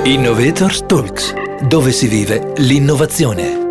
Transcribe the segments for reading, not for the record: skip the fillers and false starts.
Innovator Talks, dove si vive l'innovazione.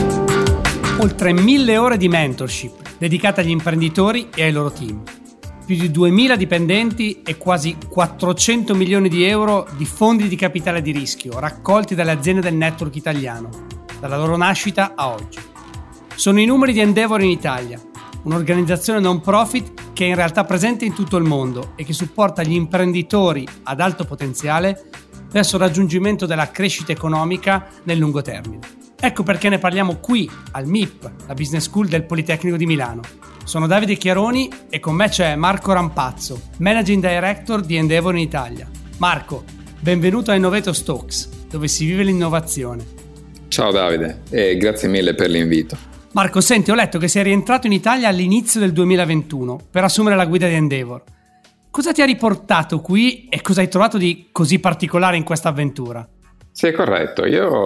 Oltre 1000 ore di mentorship dedicate agli imprenditori e ai loro team. Più di 2000 dipendenti e quasi 400 milioni di euro di fondi di capitale di rischio raccolti dalle aziende del network italiano, dalla loro nascita a oggi. Sono i numeri di Endeavor in Italia, un'organizzazione non profit che è in realtà presente in tutto il mondo e che supporta gli imprenditori ad alto potenziale verso il raggiungimento della crescita economica nel lungo termine. Ecco perché ne parliamo qui, al MIP, la Business School del Politecnico di Milano. Sono Davide Chiaroni e con me c'è Marco Rampazzo, Managing Director di Endeavor in Italia. Marco, benvenuto a Innovator Talks, dove si vive l'innovazione. Ciao Davide e grazie mille per l'invito. Marco, senti, ho letto che sei rientrato in Italia all'inizio del 2021 per assumere la guida di Endeavor. Cosa ti ha riportato qui e cosa hai trovato di così particolare in questa avventura? Sì, è corretto.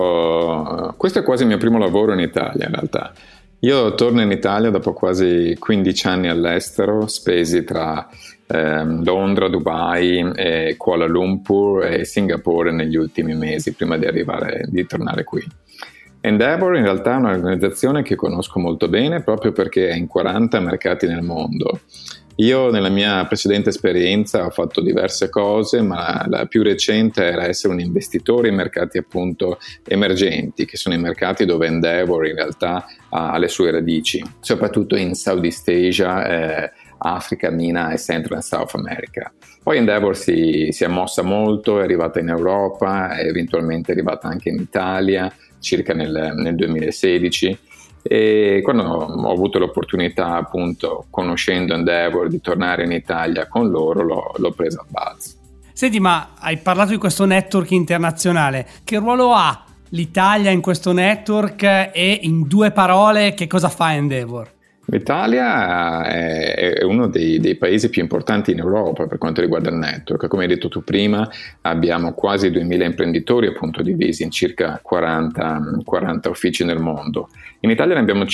Questo è quasi il mio primo lavoro in Italia, in realtà. Io torno in Italia dopo quasi 15 anni all'estero, spesi tra Londra, Dubai, Kuala Lumpur e Singapore negli ultimi mesi, prima di tornare qui. Endeavor in realtà è un'organizzazione che conosco molto bene proprio perché è in 40 mercati nel mondo. Io nella mia precedente esperienza ho fatto diverse cose, ma la più recente era essere un investitore in mercati appunto emergenti, che sono i mercati dove Endeavor in realtà ha le sue radici, soprattutto in Southeast Asia, Africa, MENA e Central and South America. Poi Endeavor si è mossa molto, è arrivata in Europa, è eventualmente arrivata anche in Italia, circa nel 2016. E quando ho avuto l'opportunità, appunto, conoscendo Endeavor, di tornare in Italia con loro, l'ho presa a balzo. Senti, ma hai parlato di questo network internazionale. Che ruolo ha l'Italia in questo network e in due parole che cosa fa Endeavor? L'Italia è uno dei paesi più importanti in Europa per quanto riguarda il network. Come hai detto tu prima, abbiamo quasi 2000 imprenditori appunto divisi in circa 40 uffici nel mondo. In Italia ne abbiamo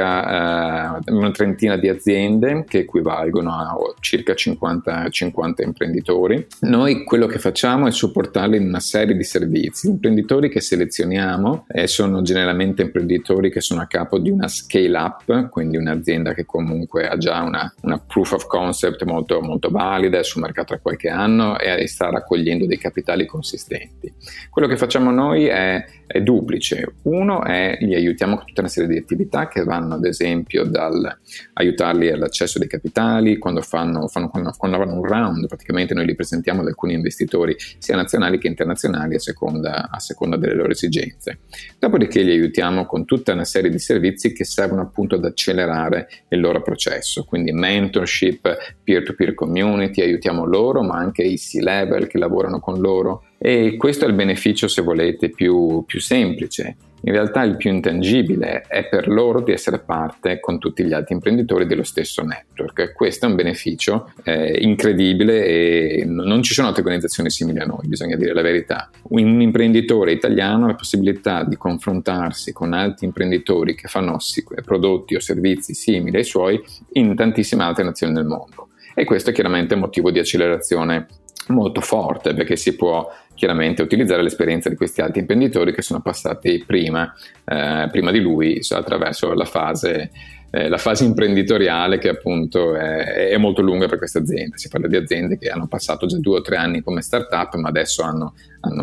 circa una trentina di aziende che equivalgono a circa 50 imprenditori. Noi quello che facciamo è supportarli in una serie di servizi. Gli imprenditori che selezioniamo sono generalmente imprenditori che sono a capo di una scale up, quindi un'azienda che comunque ha già una proof of concept molto, molto valida, è sul mercato da qualche anno e sta raccogliendo dei capitali consistenti. Quello che facciamo noi è duplice. Uno è li aiutiamo con tutta una serie di attività che vanno ad esempio dal aiutarli all'accesso dei capitali, quando fanno un round, praticamente noi li presentiamo ad alcuni investitori sia nazionali che internazionali a seconda delle loro esigenze. Dopodiché li aiutiamo con tutta una serie di servizi che servono appunto ad accelerare il loro processo, quindi mentorship, peer-to-peer community, aiutiamo loro ma anche i C-level che lavorano con loro, e questo è il beneficio, se volete, più semplice. In realtà il più intangibile è per loro di essere parte con tutti gli altri imprenditori dello stesso network. Questo è un beneficio incredibile e non ci sono altre organizzazioni simili a noi, bisogna dire la verità. Un imprenditore italiano ha la possibilità di confrontarsi con altri imprenditori che fanno prodotti o servizi simili ai suoi in tantissime altre nazioni del mondo. E questo è chiaramente un motivo di accelerazione molto forte, perché si può chiaramente utilizzare l'esperienza di questi altri imprenditori che sono passati prima di lui attraverso la fase imprenditoriale, che appunto è molto lunga per queste aziende. Si parla di aziende che hanno passato già 2 o 3 anni come startup, ma adesso hanno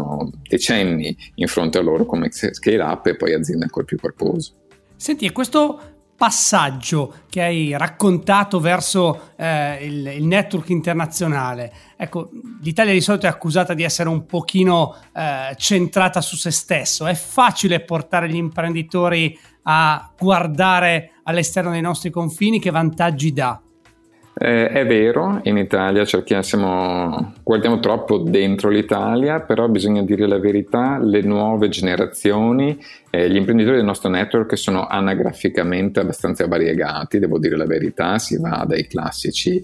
decenni in fronte a loro come scale up e poi aziende ancora più corpose. Senti, e questo passaggio che hai raccontato verso il network internazionale, ecco, l'Italia di solito è accusata di essere un pochino centrata su se stesso. È facile portare gli imprenditori a guardare all'esterno dei nostri confini? Che vantaggi dà? È vero, in Italia guardiamo troppo dentro l'Italia, però bisogna dire la verità, le nuove generazioni, gli imprenditori del nostro network sono anagraficamente abbastanza variegati, devo dire la verità, si va dai classici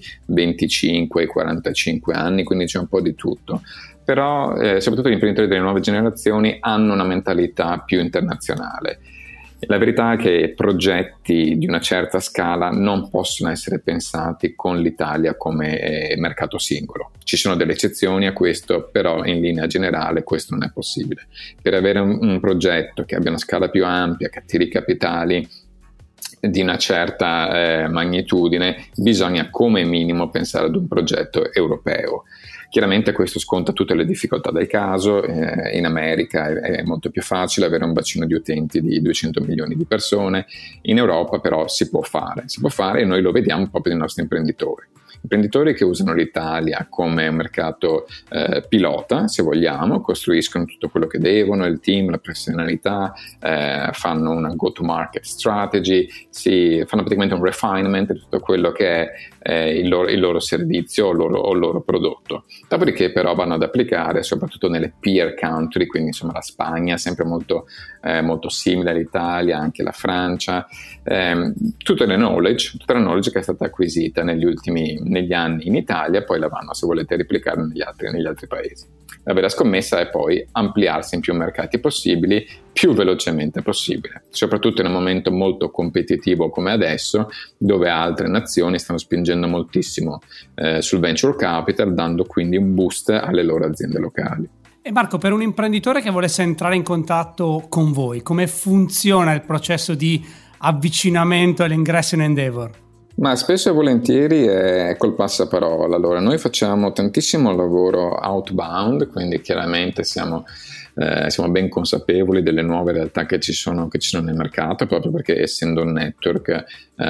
25 ai 45 anni, quindi c'è un po' di tutto. Però soprattutto gli imprenditori delle nuove generazioni hanno una mentalità più internazionale. La verità è che progetti di una certa scala non possono essere pensati con l'Italia come mercato singolo. Ci sono delle eccezioni a questo, però in linea generale questo non è possibile. Per avere un progetto che abbia una scala più ampia, che attiri capitali di una certa magnitudine, bisogna come minimo pensare ad un progetto europeo. Chiaramente questo sconta tutte le difficoltà del caso. In America è molto più facile avere un bacino di utenti di 200 milioni di persone, in Europa però si può fare e noi lo vediamo proprio dai nostri imprenditori che usano l'Italia come mercato pilota, se vogliamo, costruiscono tutto quello che devono, il team, la professionalità, fanno una go-to-market strategy, fanno praticamente un refinement di tutto quello che è il loro servizio o il loro prodotto. Dopodiché però vanno ad applicare soprattutto nelle peer country, quindi insomma la Spagna, sempre molto simile all'Italia, anche la Francia, tutta la knowledge che è stata acquisita negli anni in Italia, poi la vanno, se volete, replicare negli altri paesi. La vera scommessa è poi ampliarsi in più mercati possibili, più velocemente possibile, soprattutto in un momento molto competitivo come adesso, dove altre nazioni stanno spingendo moltissimo sul venture capital, dando quindi un boost alle loro aziende locali. E Marco, per un imprenditore che volesse entrare in contatto con voi, come funziona il processo di avvicinamento all'ingresso in Endeavor? Ma spesso e volentieri è col passaparola. Allora, noi facciamo tantissimo lavoro outbound, quindi chiaramente siamo ben consapevoli delle nuove realtà che ci sono nel mercato, proprio perché essendo un network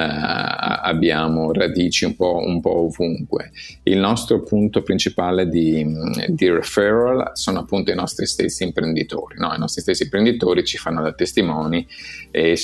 abbiamo radici un po' ovunque. Il nostro punto principale di referral sono appunto i nostri stessi imprenditori, no? I nostri stessi imprenditori ci fanno da testimoni e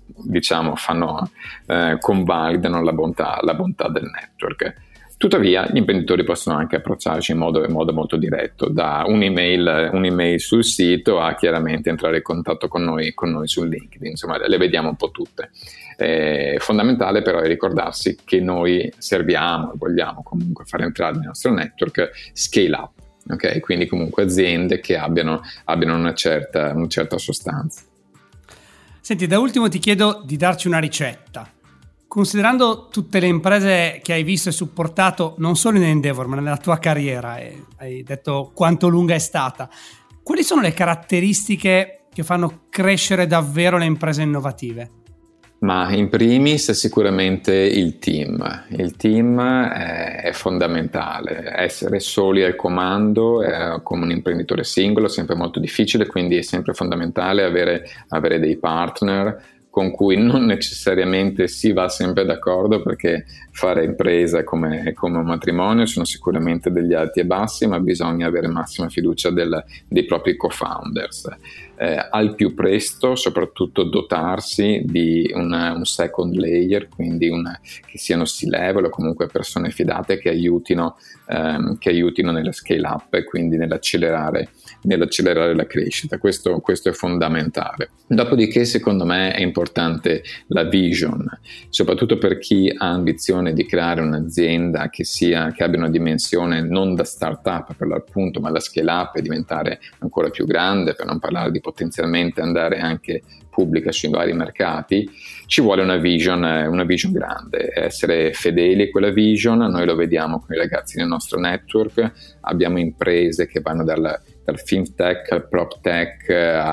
convalidano la bontà del network. Tuttavia gli imprenditori possono anche approcciarci in modo molto diretto, da un'email sul sito a chiaramente entrare in contatto con noi su LinkedIn, insomma le vediamo un po' tutte. Fondamentale però è ricordarsi che noi serviamo e vogliamo comunque far entrare nel nostro network scale up, ok? Quindi comunque aziende che abbiano una certa sostanza. Senti, da ultimo ti chiedo di darci una ricetta. Considerando tutte le imprese che hai visto e supportato, non solo in Endeavor, ma nella tua carriera, e hai detto quanto lunga è stata, quali sono le caratteristiche che fanno crescere davvero le imprese innovative? Ma in primis sicuramente il team. Il team è fondamentale. Essere soli al comando come un imprenditore singolo è sempre molto difficile, quindi è sempre fondamentale avere dei partner con cui non necessariamente si va sempre d'accordo, perché fare impresa come un matrimonio sono sicuramente degli alti e bassi, ma bisogna avere massima fiducia dei propri co-founders. Al più presto soprattutto dotarsi di un second layer, quindi che siano C-level o comunque persone fidate che aiutino nella scale up e quindi nell'accelerare la crescita. Questo è fondamentale. Dopodiché secondo me è importante la vision, soprattutto per chi ha ambizione di creare un'azienda che abbia una dimensione non da startup per l'appunto, ma da scale up e diventare ancora più grande, per non parlare di potenzialmente andare anche pubblica sui vari mercati. Ci vuole una vision grande, essere fedeli a quella vision. Noi lo vediamo con i ragazzi nel nostro network, abbiamo imprese che vanno dal fintech al proptech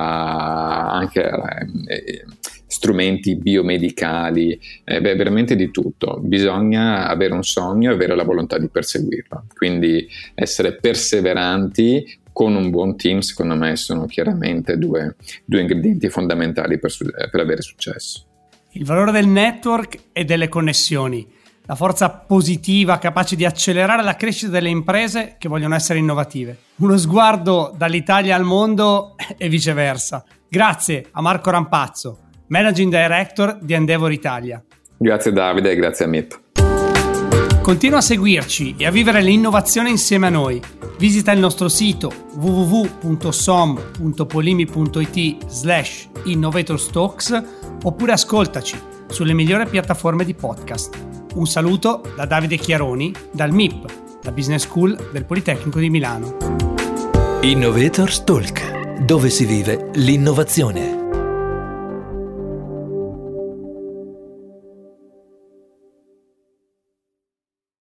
anche strumenti biomedicali, veramente di tutto. Bisogna avere un sogno e avere la volontà di perseguirlo, quindi essere perseveranti con un buon team, secondo me sono chiaramente due ingredienti fondamentali per avere successo. Il valore del network e delle connessioni, la forza positiva capace di accelerare la crescita delle imprese che vogliono essere innovative. Uno sguardo dall'Italia al mondo e viceversa. Grazie a Marco Rampazzo, Managing Director di Endeavor Italia. Grazie Davide e grazie a MIP. Continua a seguirci e a vivere l'innovazione insieme a noi. Visita il nostro sito www.som.polimi.it/innovatorstalks oppure ascoltaci sulle migliori piattaforme di podcast. Un saluto da Davide Chiaroni, dal MIP, la Business School del Politecnico di Milano. Innovators Talk, dove si vive l'innovazione.